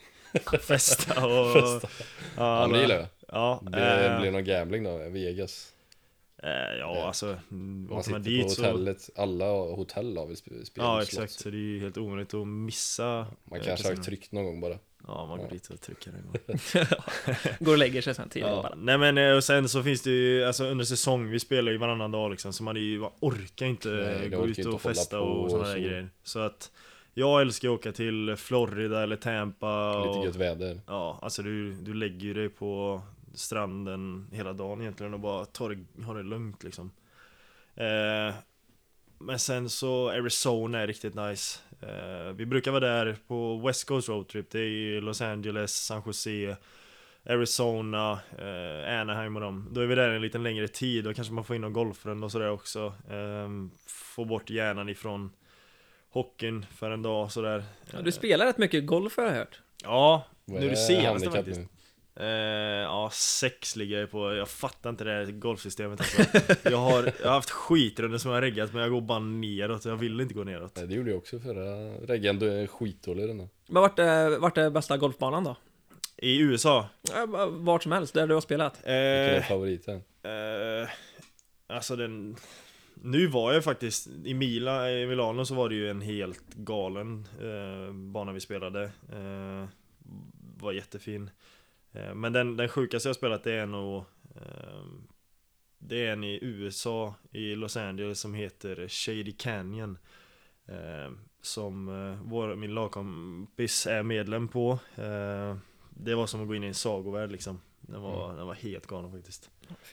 festa och... Festa. Ja, ja, men det gillar jag. Ja, det äh, blir någon gambling då, Vegas. Äh, ja, ja, alltså... Man sitter dit på hotellet, så... alla hotell har vi spelat. Ja, exakt, så det är ju helt omöjligt att missa. Man kanske har tryckt någon gång bara. Ja, man går ja. dit och trycker en gång. Går och lägger sig sen tidigt ja. bara. Nej men och sen så finns det ju, alltså under säsong, vi spelar ju varannan dag liksom, så man, är ju, man orkar inte Nej, gå ut och festa och sådana där grejer. Så att jag älskar att åka till Florida eller Tampa. Lite och, gött väder. Ja, alltså du, du lägger ju dig på stranden hela dagen egentligen och bara tar det, har det lugnt liksom. Eh, men sen så Arizona är riktigt nice. eh, Vi brukar vara där på West Coast Road Trip. Det är ju Los Angeles, San Jose, Arizona, eh, Anaheim och dem. Då är vi där en liten längre tid. Då kanske man får in någon golfrunda och sådär också. eh, Få bort hjärnan ifrån hockeyn för en dag sådär. Ja, du spelar rätt mycket golf har jag hört. Ja, nu är det senaste faktiskt. Nu? Uh, ja, sex ligger jag på. Jag fattar inte det här golfsystemet alltså. jag, har, jag har haft skitrunder som jag har reggat, men jag går bara neråt. Jag vill inte gå neråt. Nej, det gjorde jag också förra reggan. Du är skitdålig den här. Men vart är, vart är bästa golfbanan då? I U S A? Ja, vart som helst, där du har spelat. uh, Vilken är favoriten? Uh, alltså den... Nu var jag faktiskt i Mila, i Milano så var det ju en helt galen uh, bana vi spelade. uh, Var jättefin. Men den, den sjukaste jag spelat det är nog eh, det är en i U S A, i Los Angeles, som heter Shady Canyon, eh, som eh, vår, min lagkompis är medlem på. eh, Det var som att gå in i en sagovärld liksom. Den var, mm. den var helt galen faktiskt.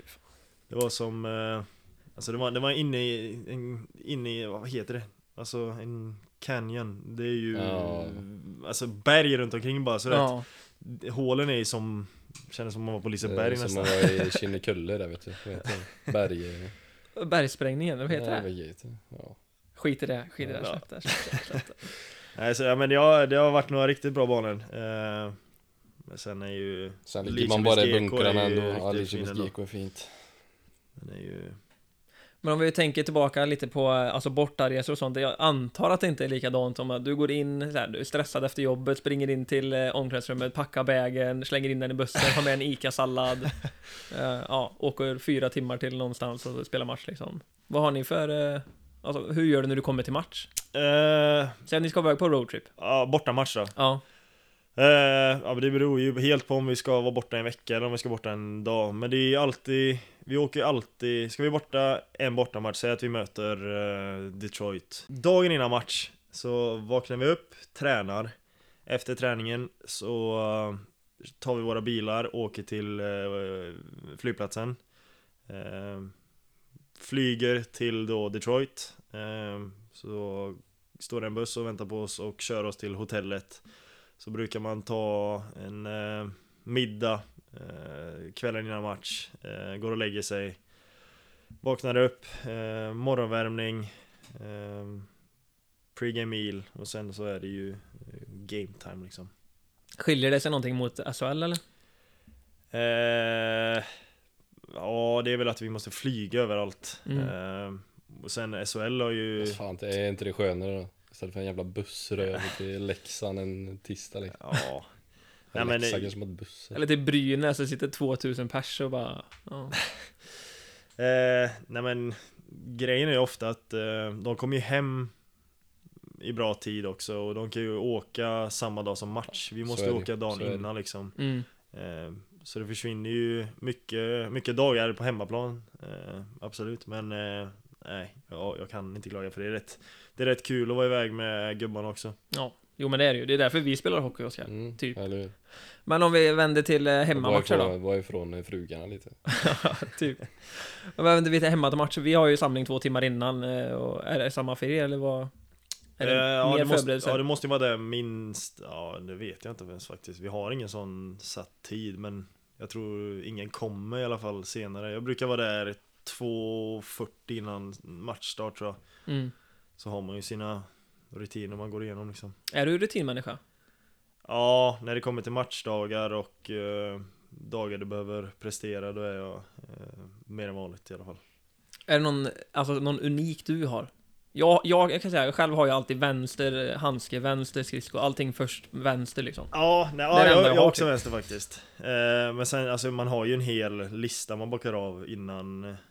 Det var som eh, alltså det var, det var inne i en, inne i, vad heter det? Alltså en canyon. Det är ju ja. Alltså berg runt omkring bara så ja. Rätt. Hålen är som, känns som man var på Liseberg nästan. Som man var i Kinnekulle där vet du. Berg. Bergsprängningen, vad heter ja, det? Vet ja. Skit i det, skit i det, släpp det, släpp det, släpp det. Nej, så, ja, men det har, det har varit några riktigt bra banor. Eh, men sen är ju... Sen ligger man bara i bunkrarna ändå. Ja, Lidköpings G K är fint. Den är ju... Men om vi tänker tillbaka lite på alltså bortaresor och sånt. Jag antar att det inte är likadant som att du går in så här, du är stressad efter jobbet, springer in till eh, omklädningsrummet, packar bagen, slänger in den i bussen, har med en Ica-sallad. eh, ja, åker fyra timmar till någonstans och spelar match liksom. Vad har ni för... Eh, alltså, hur gör du när du kommer till match? Uh, Säg att ni ska vara på roadtrip. Ja, borta match då. Ja. Uh, ja, men det beror ju helt på om vi ska vara borta en vecka eller om vi ska borta en dag. Men det är alltid... Vi åker alltid, ska vi borta en bortamatch, säg att vi möter uh, Detroit. Dagen innan match så vaknar vi upp, tränar. Efter träningen så uh, tar vi våra bilar, åker till uh, flygplatsen. Uh, flyger till då Detroit. Uh, så står det en buss och väntar på oss och kör oss till hotellet. Så brukar man ta en uh, middag Eh, kvällen innan match, eh, går och lägger sig, vaknar upp, eh, morgonvärmning, eh, pre-game meal och sen så är det ju eh, game time liksom. Skiljer det sig någonting mot S H L eller? Eh, ja, det är väl att vi måste flyga överallt. Mm. Eh, och sen S H L har ju... Fan, det är inte det skönare då? Istället för en jävla bussröv till Leksand en tisdag liksom. Ja. Nej, men, eller till Brynäs så sitter tvåtusen pers och bara ja. eh, nej men grejen är ju ofta att eh, de kommer ju hem i bra tid också och de kan ju åka samma dag som match. Vi måste åka dagen innan liksom. Mm. eh, Så det försvinner ju mycket, mycket dagar på hemmaplan. eh, Absolut, men eh, nej, ja, jag kan inte klaga för det är rätt. Det är rätt kul att vara iväg med gubbarna också. Ja. Jo men det är det ju, det är därför vi spelar hockey, Oskar, mm, typ. Eller... Men om vi vänder till hemmamatcher då? Var ifrån frugarna lite. Typ. Om vi vänder vi till hemmamatcher, vi har ju samling två timmar innan. Och är det samma för er eller vad? Är det eh, ja, mer det måste, ja, det måste ju vara det minst. Ja, det vet jag inte ens faktiskt. Vi har ingen sån satt tid, men jag tror ingen kommer i alla fall senare. Jag brukar vara där två fyrtio innan matchstart tror jag. Mm. Så har man ju sina rutiner man går igenom liksom. Är du rutinmänniska? Ja, när det kommer till matchdagar och eh, dagar du behöver prestera, då är jag eh, mer än vanligt i alla fall. Är det någon, alltså någon unik du har? Jag, jag, jag kan säga, själv har jag alltid vänster handske, vänster skridsko, allting först vänster liksom. Ja, nej, Det är ja det enda jag, jag jag har, också typ. vänster faktiskt. Eh, men sen, alltså man har ju en hel lista man bockar av innan. Eh,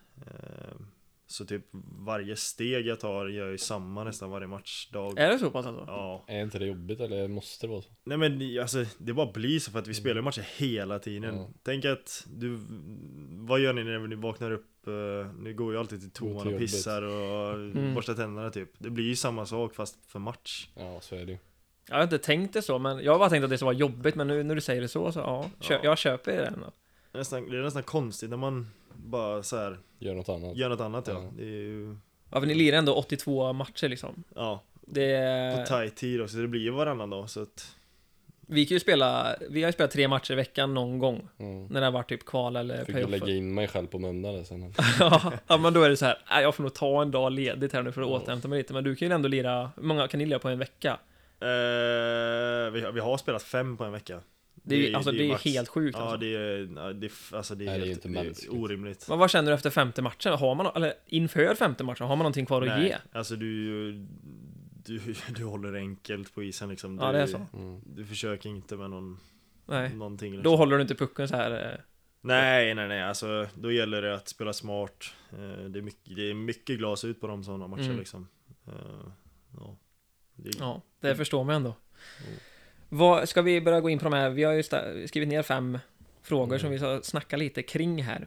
så typ varje steg jag tar gör jag ju samma nästan varje matchdag. Är det så pass alltså? Ja. Är inte det jobbigt eller måste det vara så? Nej men alltså, det bara blir så för att vi spelar matcher hela tiden. Ja. Tänk att du, vad gör ni när ni vaknar upp? Uh, ni går ju alltid till Går toan till och pissar och Mm. borstar tänderna typ. Det blir ju samma sak fast för match. Ja, så är det ju. Jag har inte tänkt det så, men jag har bara tänkt att det så var jobbigt, men nu när du säger det så, så ja, kö- Ja. jag köper det ändå. Det är nästan, det är nästan konstigt när man bara så här Gör något annat. gör något annat ja. Ja. Det är ju, Ja, för ni lirar ändå åttiotvå matcher liksom. ja, Det på är... tight tid också, så det blir ju varannan dag så att, Vi kan ju spela, vi har ju spelat tre matcher i veckan någon gång. Mm. När det har varit typ kval eller Fick ju playoff. lägga in mig själv på måndag där sen. Ja, ja, men då är det så här, nej, jag får nog ta en dag ledigt här nu för att Ja. återhämta mig lite. Men du kan ju ändå lira, hur många kan ni lira på en vecka? eh, vi, har- vi har spelat fem på en vecka. Det är ju, alltså det är ju max. helt sjukt Ja, alltså. det är, ja, det är, alltså det är, Nej, det är helt, inte det är mänskligt. orimligt. Men vad känner du efter femte matchen? Har man, eller inför femte matchen, har man någonting kvar att Nej, ge? alltså du, du, du håller enkelt på isen liksom. Du, Ja, det är så. Mm. Du försöker inte med någon, Nej. någonting liksom. Då håller du inte pucken så här. eh, Nej, nej, nej, alltså då gäller det att spela smart. Eh, Det är mycket, det är mycket glas ut på de sådana matcher Mm. liksom. Eh, Ja, det, Ja, det förstår man ändå. Mm. Vad, ska vi börja gå in på de här? Vi har ju sta- skrivit ner fem frågor Mm. som vi ska snacka lite kring här.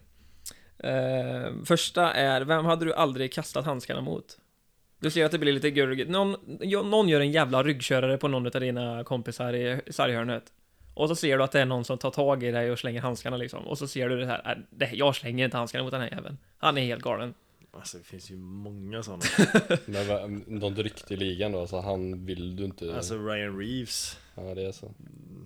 Eh, första är, vem hade du aldrig kastat handskarna mot? Du ser att det blir lite gurgigt. Någon, jo- någon gör en jävla ryggkörare på någon av dina kompisar i sarghörnet. Och så ser du att det är någon som tar tag i dig och slänger handskarna liksom. Och så ser du det här, äh, det, jag slänger inte handskarna mot den här jäveln. Han är helt galen. alltså det finns ju många sådana. Men vad- någon drykt i ligan då, alltså han vill du inte... Alltså Ryan Reeves. Ja, det är så.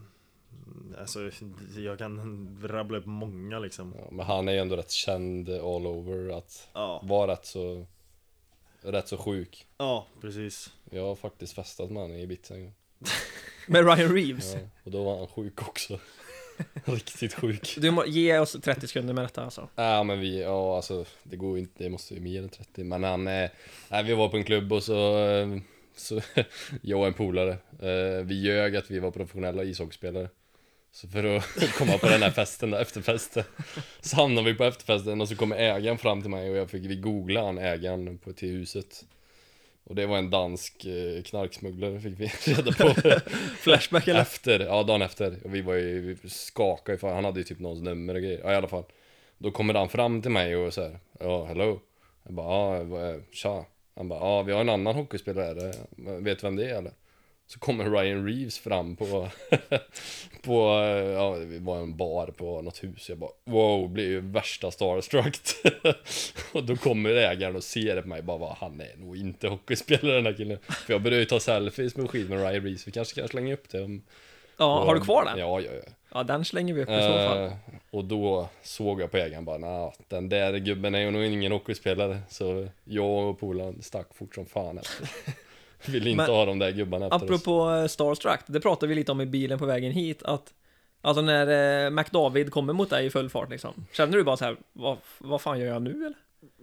Alltså jag kan rabbla upp många liksom. Ja, men han är ju ändå rätt känd all over att Ja, vara rätt så... Rätt så sjuk. ja precis. Jag har faktiskt festat med honom i Ibiza en gång. Med Ryan Reeves. Ja, och då var han sjuk också. Riktigt sjuk. Du må, ge oss trettio sekunder med detta alltså. Ja men vi, ja alltså det går ju inte, det måste ju mer än trettio. Men han, eh, nej, vi var på en klubb och så, eh, så jag och en polare, eh, vi ljög att vi var professionella ishockeyspelare. Så för att komma på den här festen där, efterfesten, så hamnade vi på efterfesten och så kommer ägaren fram till mig och jag fick, vi googla han ägaren på, till huset. Och det var en dansk eh, knarksmugglare fick vi reda på. Flashback eller? Efter, ja dagen efter. Och vi var ju, vi skakade ju, för han hade ju typ någons nummer och grejer. Ja i alla fall. Då kommer han fram till mig och så här, ja hello. Jag bara, ja vad- tja. Han bara, ja vi har en annan hockeyspelare här. Vet du vem det är eller? Så kommer Ryan Reeves fram på, på, ja det var en bar på något hus. Jag bara, wow, blir ju värsta starstruck. Och då kommer ägaren och ser på mig bara, va, han är nog inte hockeyspelare den här killen. För jag började ju ta selfies med skid med Ryan Reeves. Vi kanske ska slänga upp det om, Ja, och- har du kvar den? Ja, ja, ja. Ja, den slänger vi upp i så fall. Eh, och då såg jag på ägaren bara, nah, den där gubben är ju nog ingen hockeyspelare. Så jag och polaren stack fort som fan efter. Vill inte Men- ha de där gubbarna efter oss. Apropå eh, Starstruck, det pratade vi lite om i bilen på vägen hit, att alltså när eh, McDavid kommer mot dig i full fart liksom, känner du bara så här, vad, vad fan gör jag nu eller?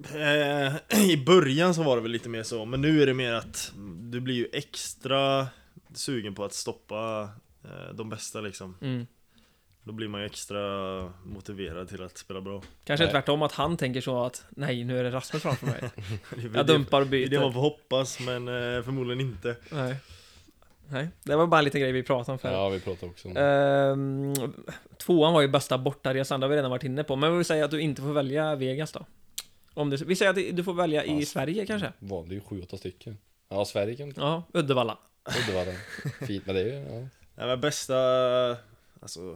Eh, I början så var det väl lite mer så, men nu är det mer att du blir ju extra sugen på att stoppa eh, de bästa liksom. Mm. Då blir man ju extra motiverad till att spela bra. Kanske Nej. tvärtom att han tänker så att, nej nu är det Rasmus framför mig. Det är väl Jag det- dumpar och Det är det man byter. får hoppas, men eh, förmodligen inte. Nej. Nej, det var bara lite grejer vi pratade om förut. Ja, vi pratade också om det. Ehm, tvåan var ju bästa bortaresan, det har vi redan varit inne på. Men vi vill säga att du inte får välja Vegas då. Om du, vi säger att du får välja i Ja. Sverige kanske? Valde ju sju, åtta stycken. Ja, Sverige kan inte. Ja, Uddevalla. Uddevalla. Fint, men det är ju, ja. Nej men bästa, alltså...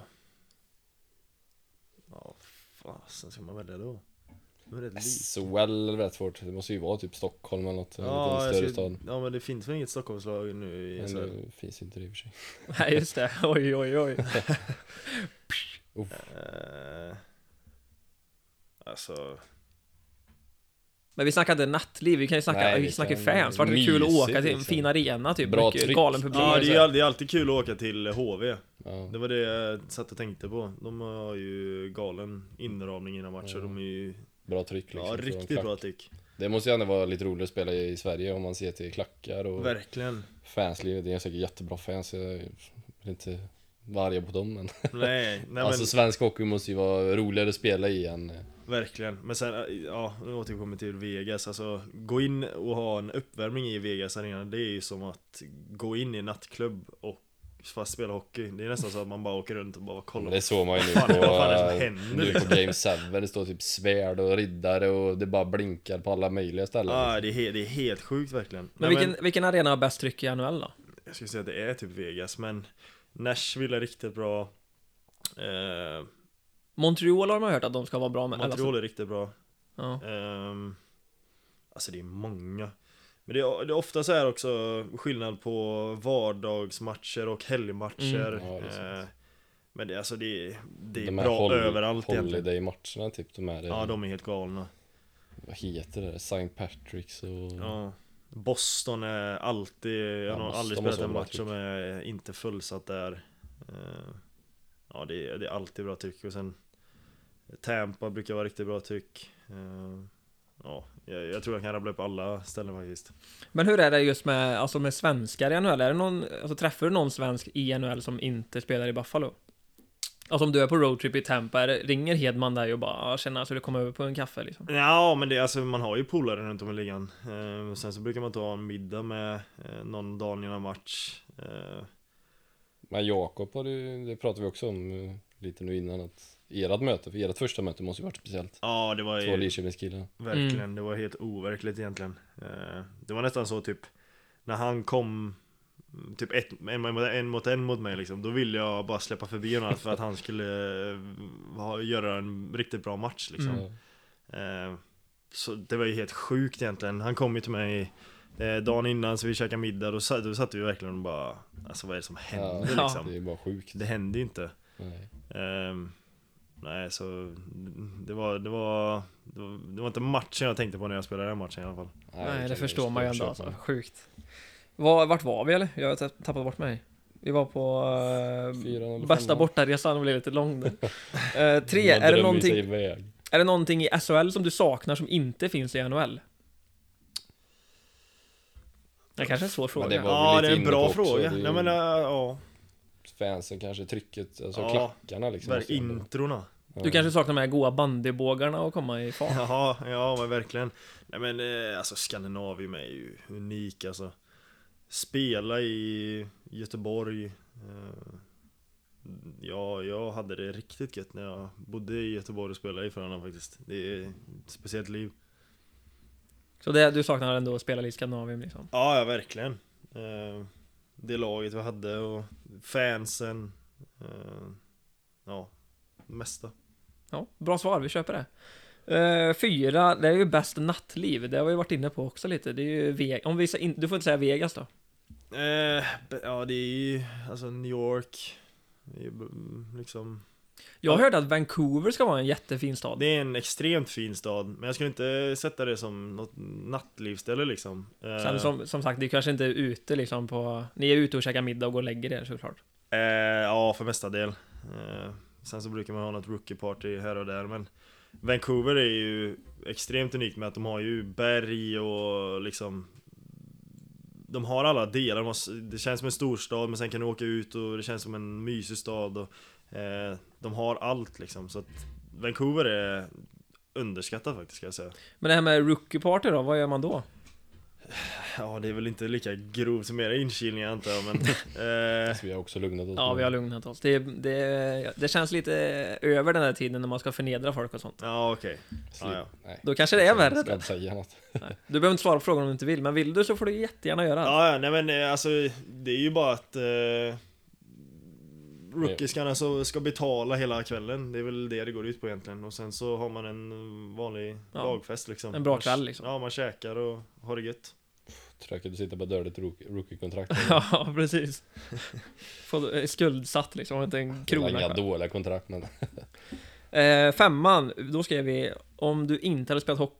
Ja, fasen ska man välja då? Det är rätt likt. S H L är rätt svårt. Det måste ju vara typ Stockholm eller något. Ja, en jag större ska, stad. ja men det finns väl inget Stockholmslag nu i Men S H L. det finns inte det i och för sig. Nej, just det. Oj, oj, oj. Eh, alltså... Men vi snackar inte nattliv, vi kan ju snacka, Nej, vi vi snackar kan- fans. Vart är det kul att mysigt, åka till en liksom. fin arena typ, Bra mycket tryck. galen publik. Ja, det är, så ju här. all- det är alltid kul att åka till H V. Ja. Det var det jag satt och tänkte på. De har ju galen inramning innan matcher. Ja. De är ju Bra tryck liksom. ja, för en riktigt klack. bra tyck. Det måste ju ändå vara lite roligt att spela i Sverige om man ser till klackar och Verkligen. fanslivet. Det är säkert jättebra fans. Jag vill inte varga på dem men Nej, nej alltså men svensk hockey måste ju vara roligare att spela i än verkligen. Men sen, ja, nu återkommer till Vegas. Alltså, gå in och ha en uppvärmning i Vegas arena, det är ju som att gå in i en nattklubb och fast spela hockey. Det är nästan så att man bara åker runt och bara kollar. det såg man ju nu Fan, på, vad fan är det som eh, händer, nu liksom? på Game seven. Det står typ svärd och riddare och det bara blinkar på alla möjliga ställen. Ja, det är, he- det är helt sjukt verkligen. Men Nej, vilken, vilken arena har bäst tryck i N H L då? jag skulle säga att det är typ Vegas, men Nashville är riktigt bra. eh, Montreal har man hört att de ska vara bra med. Montreal är riktigt bra. Ja. Ehm, alltså det är många. Men det är, det är ofta så här också skillnad på vardagsmatcher och helgmatcher. Mm. Ja, det är sant. Ehm, men det, alltså det, är- det är De här bra hol- överallt egentligen. Holiday-matcherna typ, de här, Ja, de är helt galna. vad heter det? Saint Patrick's och... Ja. Boston är alltid, jag har nog Boston aldrig var spelat så en bra match som är inte fullsatt där. Ehm, ja, det är, det är alltid bra tryck. Och sen Tampa brukar vara riktigt bra tryck. Ehm, ja, jag, jag tror jag kan rabbla upp alla ställen faktiskt. Men hur är det just med, alltså med svenskar i N H L? Är det någon, alltså träffar du någon svensk i N H L som inte spelar i Buffalo? Alltså om du är på roadtrip i Tampa, är det, ringer Hedman dig och bara "Ah, känner så du kommer över på en kaffe liksom?" Ja, men det, alltså, man har ju polare runt om i ligan. Ehm, sen så brukar man ta en middag med eh, någon dag innan match. Ehm, Men Jakob har du, det pratade vi också om eh, lite nu innan, att ert möte, för ert första möte måste ju varit speciellt. ja, det var Två ju Lidköpingskillar. verkligen, Mm. det var helt overkligt egentligen. Ehm, det var nästan så typ när han kom mm, typ ett, en, en mot en mot mig liksom, då ville jag bara släppa förbi honom för att han skulle eh, ha, göra en riktigt bra match liksom. Mm. Ja. Ehm, så det var ju helt sjukt egentligen. Han kom ju till mig eh, dagen innan så vi käkade middag. Då, sa- då satt vi verkligen och bara, alltså vad är det som händer Ja. liksom? Det är ju bara sjukt. Det hände ju inte. Nej. Ehm, nej, så det var, det var det var det var inte matchen jag tänkte på när jag spelade den matchen i alla fall. Nej, kan det förstår jag man ju köpa. ändå alltså. Sjukt. Var, vart var vi eller? Jag har tapp- tappat bort mig. Vi var på uh, Fyran eller bästa femman. bortaresan, det blev lite lång där. uh, Tre, Man är det, drömmer sig någonting, iväg. är det någonting i S H L som du saknar som inte finns i N H L? Det kanske är en svår fråga. det var- Ja, vi det är lite en bra inne på också, fråga. det är ju- Nej men äh, ja, Fansen kanske, trycket, alltså Ja, klackarna liksom. ver- måste ju ändå- introna. Ja. Du kanske saknar de här goa bandybågarna och komma i fart. Ja, ja men verkligen. Nej men eh, alltså Skandinavium är ju unik alltså. Spela i Göteborg. Eh, ja, jag hade det riktigt gött när jag bodde i Göteborg och spelade i Frölunda faktiskt. Det är ett speciellt liv. Så det, du saknar ändå att spela i Skandinavien liksom. Ja, ja verkligen. Eh, det laget vi hade och fansen. Eh, ja, det mesta. Ja, bra svar, vi köper det. Uh, fyra, det är ju bäst nattliv. Det har vi varit inne på också lite. Det är ju Ve- om vi säger in- du får inte säga Vegas då. Eh, be- ja, det är ju alltså New York. Det är ju b- liksom. Jag Ja. hörde att Vancouver ska vara en jättefin stad. Det är en extremt fin stad, men jag skulle inte sätta det som något nattlivsställe liksom. Eh, Sen som, som sagt, det kanske inte är ute liksom på... Ni är ute och käkar middag och går och lägger er såklart. eh, ja, för mesta del. Eh, sen så brukar man ha något rookie party här och där, men Vancouver är ju extremt unikt med att de har ju berg och liksom. De har alla delar, de har, s- det känns som en storstad, men sen kan du åka ut och det känns som en mysig stad och, eh, de har allt liksom, så att Vancouver är underskattat faktiskt, ska jag säga. Men det här med rookie party då, vad gör man då? Ja, det är väl inte lika grovt som era inkilningar antar jag, men eh, Så vi har också lugnat oss. Ja, nu. vi har lugnat oss. Det, det, det känns lite över den här tiden när man ska förnedra folk och sånt. ja okej. Slip- Ja, ja. Nej. Då kanske det är värre. Ska inte säga något. Nej. Du behöver inte svara på frågan om du inte vill, men vill du så får du jättegärna göra det. Ja, ja, nej men eh, alltså det är ju bara att eh, rookieskarna så ska betala hela kvällen. Det är väl det det går ut på egentligen. Och sen så har man en vanlig Ja. lagfest liksom. En bra Man- kväll, liksom. Ja, man käkar och har det gött. Tråkigt att sitta på dörligt rookie- rookie-kontrakt. Ja, precis. Få eh, skuldsatt liksom, inte en Det är krona inga kvar. dåliga kontrakt men Eh, femman, då skrev vi om du inte hade spelat hockey,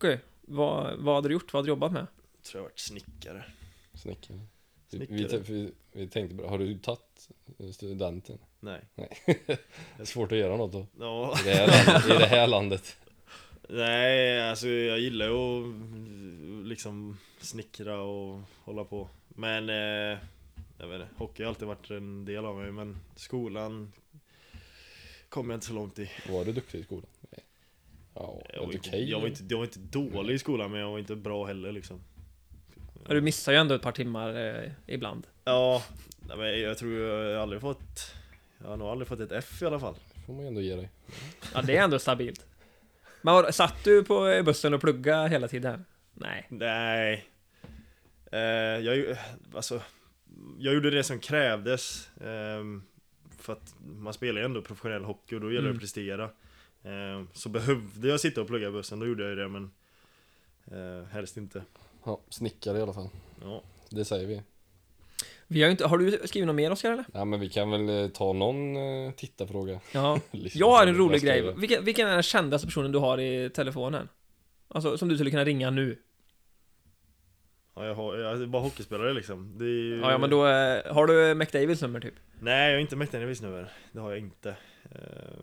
Vad, vad hade du gjort? Vad hade du jobbat med? Jag tror jag har varit snickare. Snickare. Vi, Snickare. vi, vi, vi tänkte bara, har du tagit studenten? Nej. Nej. Det är svårt att göra något då. Ja. I det här landet. I det här landet. Nej, alltså jag gillar ju att liksom snickra och hålla på. Men eh, jag vet inte, hockey har alltid varit en del av mig. Men skolan kom jag inte så långt i. Var du duktig i skolan? Nej. Ja, Jag var, helt inte, okej. jag, var inte, jag var inte dålig i skolan, men jag var inte bra heller liksom. Ja, du missar ju ändå ett par timmar eh, ibland. Ja, nej, men jag tror jag aldrig fått. Jag har nog aldrig fått ett F i alla fall. Det får man ju ändå ge dig. Ja, det är ändå stabilt. Men var, satt du på bussen och plugga hela tiden? Nej. Nej. Eh, jag, alltså, jag gjorde det som krävdes. Eh, för att man spelar ju ändå professionell hockey och då gäller det Mm. att prestera. Eh, så behövde jag sitta och plugga i bussen, då gjorde jag ju det, men eh, helst inte. Ja, snickare i alla fall. Ja. Det säger vi. Vi har ju inte, har du skrivit något mer, Oskar, eller? Ja, men vi kan väl eh, ta någon eh, tittarfråga. Ja. Lyssna Jag har på en det. rolig Vad ska grej. jag- Vilken, vilken är den kändaste personen du har i telefonen? Alltså, som du skulle kunna ringa nu. Ja, jag har, jag är bara hockeyspelare liksom. Det är ju... Ja, ja, men då eh, har du McDavids nummer typ. Nej, jag är inte McDavids nummer. Det har jag inte. Eh,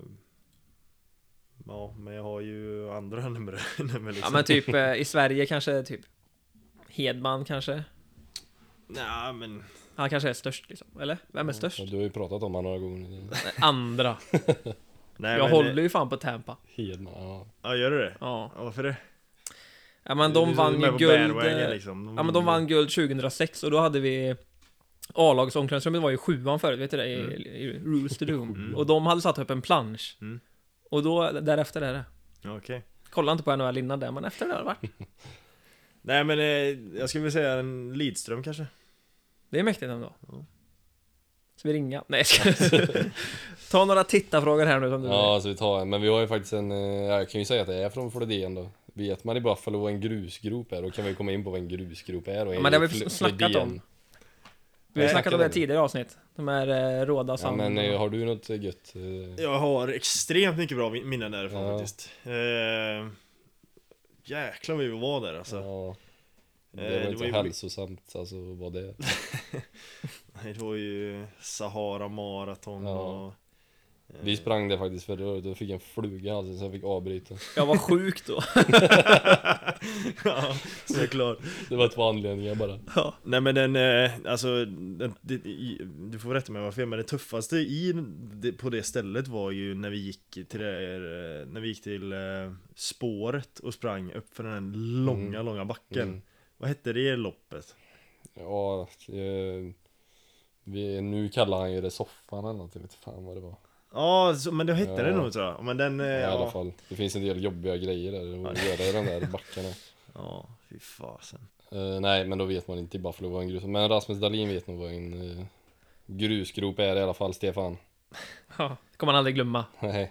ja, men jag har ju andra nummer, nummer liksom. Ja, men typ eh, i Sverige kanske typ Hedman kanske. Nej, men Han kanske är störst liksom. Eller? Vem är störst? Ja, du har ju pratat om han några gånger. Nej, andra. nej, Jag men, håller ju fan på Tampa. Hedman, ja. Ja, gör du det? Ja. Ja, varför det? Ja, men Du är de vann med ju på guld. bandwagon, eh, liksom. Ja, men de vann guld tjugohundrasex och då hade vi A-lags omklädningsrummet var ju sjuan förut, vet du det? I, Mm. i Rooster Doom. Mm. Och de hade satt upp en plansch. Mm. Och då, därefter är det. Ja, okej. Kolla inte på N H L innan det, men efter det har det varit. Nej, men eh, jag skulle vilja säga en Lidström kanske. Det är mäktigt ändå. Ja. Ska vi ringa? Nej, ska ta några tittarfrågor här nu som du Ja, så vi tar en. Men vi har ju faktiskt en, eh, jag kan ju säga att det är från Flodén då. Vet man i Buffalo vad en grusgrop är, då kan vi komma in på vad en grusgrop är. Och Ja, men det har vi Fl- snackat Flodén. om. Vi har Nej, snackat om det snackade tidigare avsnitt. De är eh, råda Ja, sand. men eh, har du något eh, gött? eh, Jag har extremt mycket bra min- minnen därifrån Ja. faktiskt. Eh, jäklar vad vi var där alltså. Ja, det Eh, var det inte var ju- hälsosamt, alltså vad det är. Nej, det var ju Sahara Marathon Ja. och... eh, Vi sprang det faktiskt förra året, då fick jag en fluga i halsen så jag fick avbryta. Jag var sjuk då. Ja, såklart. Det var två anledningar bara. Ja. Nej, men den, eh, alltså den, det, i, du får rätta mig vad fel, men det tuffaste i, det, på det stället var ju när vi gick till det, eh, när vi gick till eh, spåret och sprang upp för den långa, Mm. långa backen. Mm. Vad hette det loppet? Ja, eh, vi, nu kallar han ju det soffan eller något, jag vet inte fan vad det var. Ja, så, men det hette Ja. det nog tror jag. Men den, eh, Ja, i alla ja, fall, det finns en del jobbiga grejer där att göra i de där backarna. ja, fy fasen. Eh, nej, men då vet man inte i Buffalo vad en grus. Men Rasmus Dahlin vet nog vad en uh, grusgrop är i alla fall, Stefan. Ja, det kommer man aldrig glömma. Nej.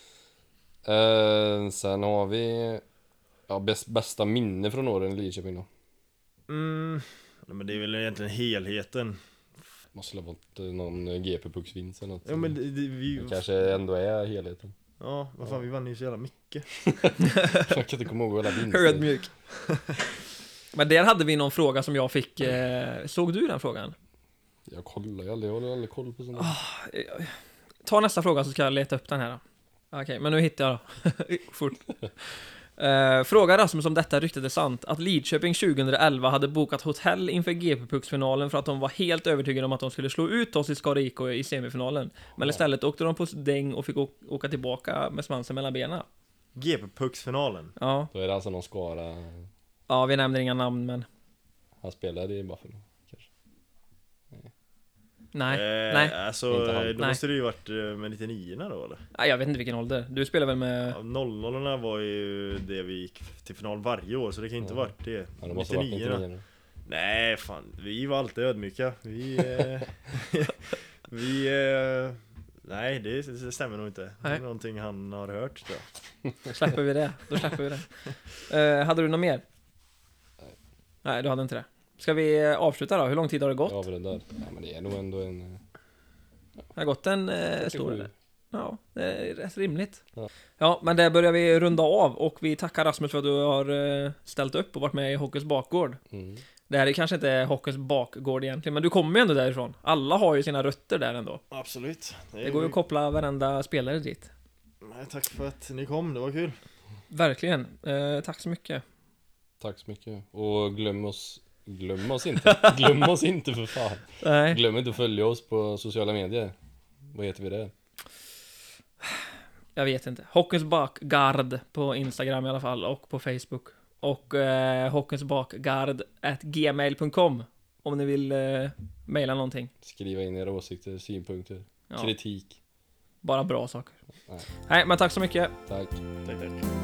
Eh, sen har vi ja, bäst, bästa minne från åren i Lidköping då. Mm, nej, men det är väl egentligen helheten. Måste ha varit eh, någon eh, G P-pucksvinst eller något. Ja, men det, det, vi, Det kanske ändå är helheten. ja, vad fan, vi vann ju så jävla mycket. Jag kan inte komma ihåg alla vinster. Ödmjuk. Men där hade vi någon fråga som jag fick. Eh, såg du den frågan? Jag kollar ju aldrig, jag håller aldrig koll på sånt. Eh, Ta nästa fråga så ska jag leta upp den här. Okej, men nu hittar jag då. Fort. Uh, fråga Rasmus om detta ryktet är sant. Att Lidköping tjugohundraelva hade bokat hotell inför G P-pucksfinalen för att de var helt övertygade om att de skulle slå ut oss i Skara I K i semifinalen. Men Ja. istället åkte de på däng och fick å- åka tillbaka med svansen mellan benen. G P-pucksfinalen. Ja, Då är det alltså någon Skara. ja vi nämner inga namn men Han spelade i Buffalo. nej, eh, nej. Alltså, Inte han. då Nej. måste det ju varit eh, med nittionio då eller? nej. Jag vet inte vilken ålder. Du spelar väl med... Ja, noll noll var ju det vi gick till final varje år, så det kan inte Ja. varit det. Ja, det måste ha varit nittionio. nittionio. Nej, fan. Vi var alltid ödmjuka. Vi... Eh, vi... Eh, nej, det, det stämmer nog inte. Det är Nej. någonting han har hört, tror jag. Då släpper vi det. Då släpper vi det. Eh, hade du något mer? Nej. Nej, du hade inte det. Ska vi eh, avsluta då? Hur lång tid har det gått? Ja, vad det där. Ja, men det är nog ändå en... eh, Det har gått en eh, stor fyrtiosju. eller? Ja, det är rätt rimligt. Ja. Ja, men där börjar vi runda av och vi tackar Rasmus för att du har eh, ställt upp och varit med i Hockey's bakgård. Mm. Det här är kanske inte Hockey's bakgård egentligen, men du kommer ju ändå därifrån. Alla har ju sina rötter där ändå. Absolut. Det går ju att koppla varenda spelare dit. Nej, tack för att ni kom, det var kul. Verkligen. Eh, tack så mycket. Tack så mycket. Och glöm oss, glöm oss inte. Glöm oss inte för fan. Nej. Glöm inte att följa oss på sociala medier. Vad heter vi det? Jag vet inte. Hockey's bakgård på Instagram i alla fall och på Facebook. Och eh, hockey's bakgård at gmail punkt com om ni vill eh, mejla någonting. Skriva in era åsikter, synpunkter, Ja. kritik. Bara bra saker. Nej. Nej, men tack så mycket. Tack. Tack, tack.